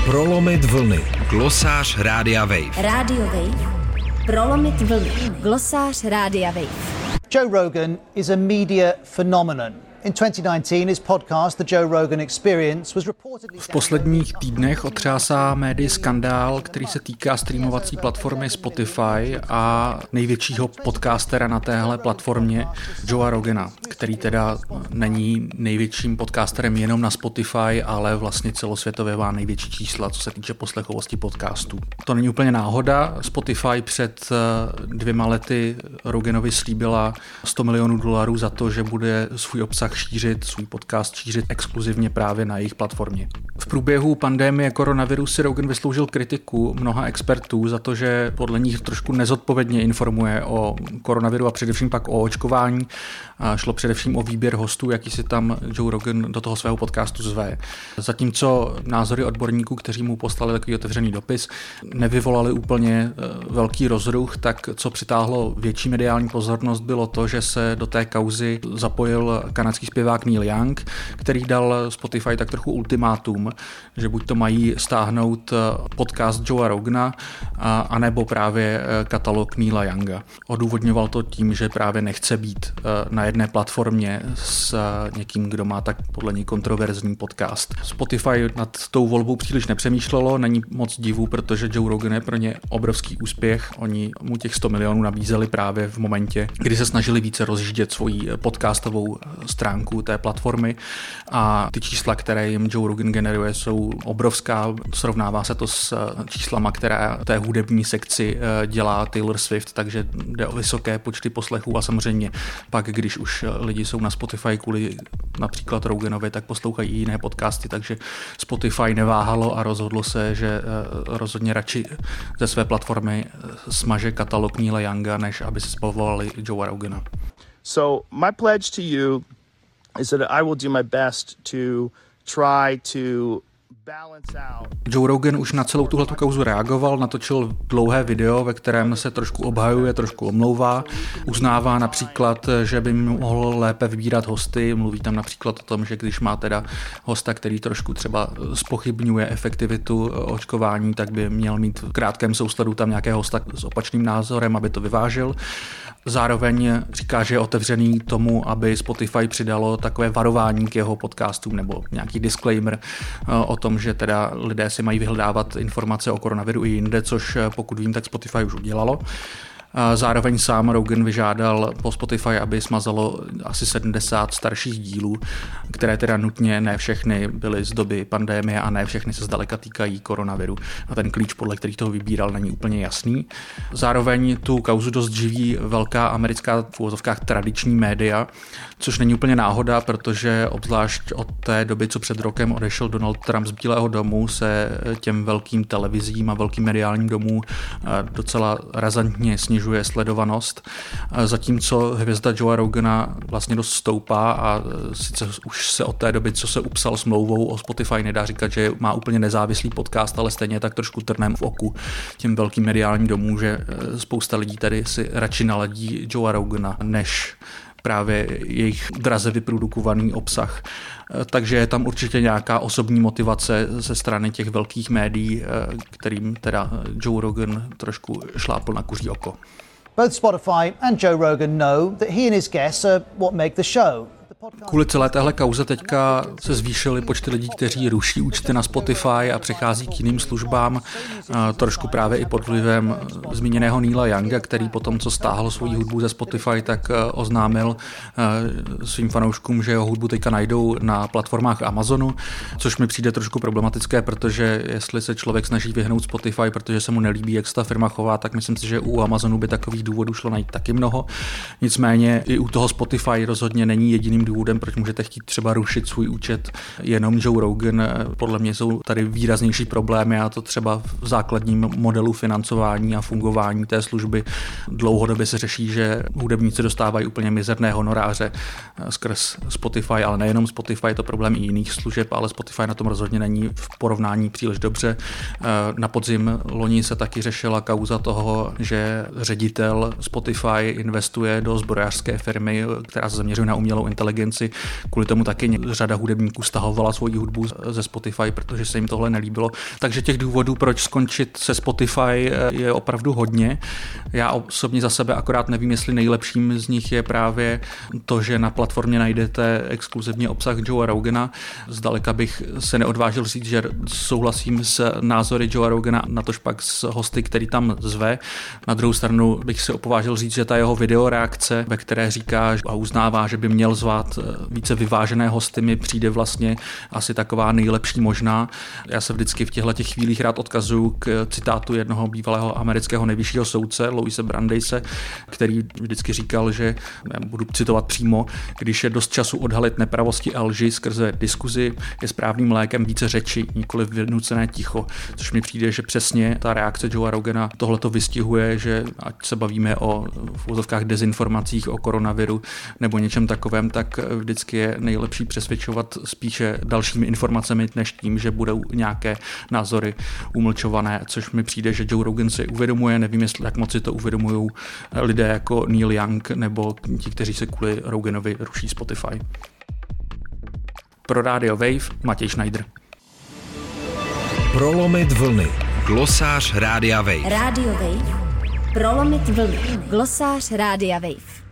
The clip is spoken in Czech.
Prolomit vlny. Glosář Rádia Wave. Radio Wave. Prolomit vlny. Glosář Rádia Wave. Joe Rogan is a media phenomenon. In 2019, his podcast, The Joe Rogan Experience, was reportedly... V posledních týdnech otřásá médii skandál, který se týká streamovací platformy Spotify a největšího podcastera na téhle platformě, Joea Rogana, který teda není největším podcasterem jenom na Spotify, ale vlastně celosvětově má největší čísla, co se týče poslechovosti podcastů. To není úplně náhoda. Spotify před 2 lety Roganovi slíbila $100 milionů za to, že bude svůj obsah svůj podcast šířit exkluzivně právě na jejich platformě. V průběhu pandemie koronaviru si Rogan vysloužil kritiku mnoha expertů za to, že podle nich trošku nezodpovědně informuje o koronaviru a především pak o očkování. Šlo především o výběr hostů, jaký si tam Joe Rogan do toho svého podcastu zve. Zatímco názory odborníků, kteří mu poslali takový otevřený dopis, nevyvolali úplně velký rozruch, tak co přitáhlo větší mediální pozornost, bylo to, že se do té kauzy zapojil kanadský zpěvák Neil Young, který dal Spotify tak trochu ultimátum, že buď to mají stáhnout podcast Joea Rogana, anebo právě katalog Neila Younga. Odůvodňoval to tím, že právě nechce být na jedné platformě s někým, kdo má tak podle něj kontroverzní podcast. Spotify nad tou volbou příliš nepřemýšlelo, není moc divu, protože Joe Rogan je pro ně obrovský úspěch. Oni mu těch 100 milionů nabízeli právě v momentě, kdy se snažili více rozjíždět svoji podcastovou stránku té platformy a ty čísla, které jim Joe Rogan generuje, jsou obrovská. Srovnává se to s číslama, které té hudební sekci dělá Taylor Swift, takže jde o vysoké počty poslechů a samozřejmě pak, když už lidi jsou na Spotify kvůli například Roganovi, tak poslouchají i jiné podcasty, takže Spotify neváhalo a rozhodlo se, že rozhodně radši ze své platformy smaže katalog Neila Younga, než aby se zbavovali Joea Rogana. So my pledge to you is that I will do my best to try to balance out. Joe Rogan už na celou tuhletu kauzu reagoval, natočil dlouhé video, ve kterém se trošku obhajuje, trošku omlouvá. Uznává například, že by mohl lépe vybírat hosty. Mluví tam například o tom, že když má teda hosta, který trošku třeba zpochybňuje efektivitu očkování, tak by měl mít v krátkém sousledu tam nějakého hosta s opačným názorem, aby to vyvážil. Zároveň říká, že je otevřený tomu, aby Spotify přidalo takové varování k jeho podcastům nebo nějaký disclaimer o tom, že teda lidé si mají vyhledávat informace o koronaviru i jinde, což pokud vím, tak Spotify už udělalo. Zároveň sám Rogan vyžádal po Spotify, aby smazalo asi 70 starších dílů, které teda nutně ne všechny byly z doby pandemie a ne všechny se zdaleka týkají koronaviru. A ten klíč, podle kterých toho vybíral, není úplně jasný. Zároveň tu kauzu dost živí velká americká v uvozovkách tradiční média, což není úplně náhoda, protože obzvlášť od té doby, co před rokem odešel Donald Trump z Bílého domu, se těm velkým televizím a velkým mediálním domům docela razantně snižuje sledovanost, zatímco hvězda Joea Rogana vlastně dost stoupá a sice už se od té doby, co se upsal smlouvou o Spotify, nedá říkat, že má úplně nezávislý podcast, ale stejně tak trošku trnem v oku těm velkým mediálním domům, že spousta lidí tady si radši naladí Joea Rogana, než právě jejich draze vyprodukovaný obsah. Takže je tam určitě nějaká osobní motivace ze strany těch velkých médií, kterým teda Joe Rogan trošku šlápl na kuří oko. Both Spotify and Joe Rogan know that he and his guests are what make the show. Kvůli celé téhle kauze teďka se zvýšily počty lidí, kteří ruší účty na Spotify a přechází k jiným službám, trošku právě i pod vlivem zmíněného Neila Younga, který potom, co stáhl svoji hudbu ze Spotify, tak oznámil svým fanouškům, že jeho hudbu teďka najdou na platformách Amazonu, což mi přijde trošku problematické, protože jestli se člověk snaží vyhnout Spotify, protože se mu nelíbí, jak se ta firma chová, tak myslím si, že u Amazonu by takových důvodů šlo najít taky mnoho. Nicméně i u toho Spotify rozhodně není jediným důvodem, proč můžete chtít třeba rušit svůj účet jenom Joe Rogan. Podle mě jsou tady výraznější problémy a to třeba v základním modelu financování a fungování té služby. Dlouhodobě se řeší, že hudebníci dostávají úplně mizerné honoráře skrz Spotify, ale nejenom Spotify, je to problém i jiných služeb, ale Spotify na tom rozhodně není v porovnání příliš dobře. Na podzim loni se taky řešila kauza toho, že ředitel Spotify investuje do zbrojařské firmy, která se zaměřuje na umělou inteligenci inteligenci. Kvůli tomu taky řada hudebníků stahovala svoji hudbu ze Spotify, protože se jim tohle nelíbilo. Takže těch důvodů, proč skončit se Spotify, je opravdu hodně. Já osobně za sebe akorát nevím, jestli nejlepším z nich je právě to, že na platformě najdete exkluzivně obsah Joea Rogana. Zdaleka bych se neodvážil říct, že souhlasím s názory Joea Rogana, natož pak s hosty, který tam zve. Na druhou stranu bych se opovážil říct, že ta jeho videoreakce, ve které říká a uznává, že by měl zvát více vyvážené hosty, mi přijde vlastně asi taková nejlepší možná. Já se vždycky v těchto chvílích rád odkazuju k citátu jednoho bývalého amerického nejvyššího soudce, Louise Brandeise, který vždycky říkal, že, já budu citovat přímo, když je dost času odhalit nepravosti a lži skrze diskuzi, je správným lékem více řeči, nikoli vynucené ticho. Což mi přijde, že přesně ta reakce Joea Rogana tohleto vystihuje, že ať se bavíme o v úzovkách dezinformacích o koronaviru nebo něčem takovém, tak vždycky je nejlepší přesvědčovat spíše dalšími informacemi, než tím, že budou nějaké názory umlčované, což mi přijde, že Joe Rogan si uvědomuje, nevím, jestli jak moc si to uvědomují lidé jako Neil Young nebo ti, kteří se kvůli Roganovi ruší Spotify. Pro Radio Wave Matěj Schneider. Prolomit vlny. Glosář Rádia Wave. Radio Wave. Prolomit vlny. Glosář Rádia Wave.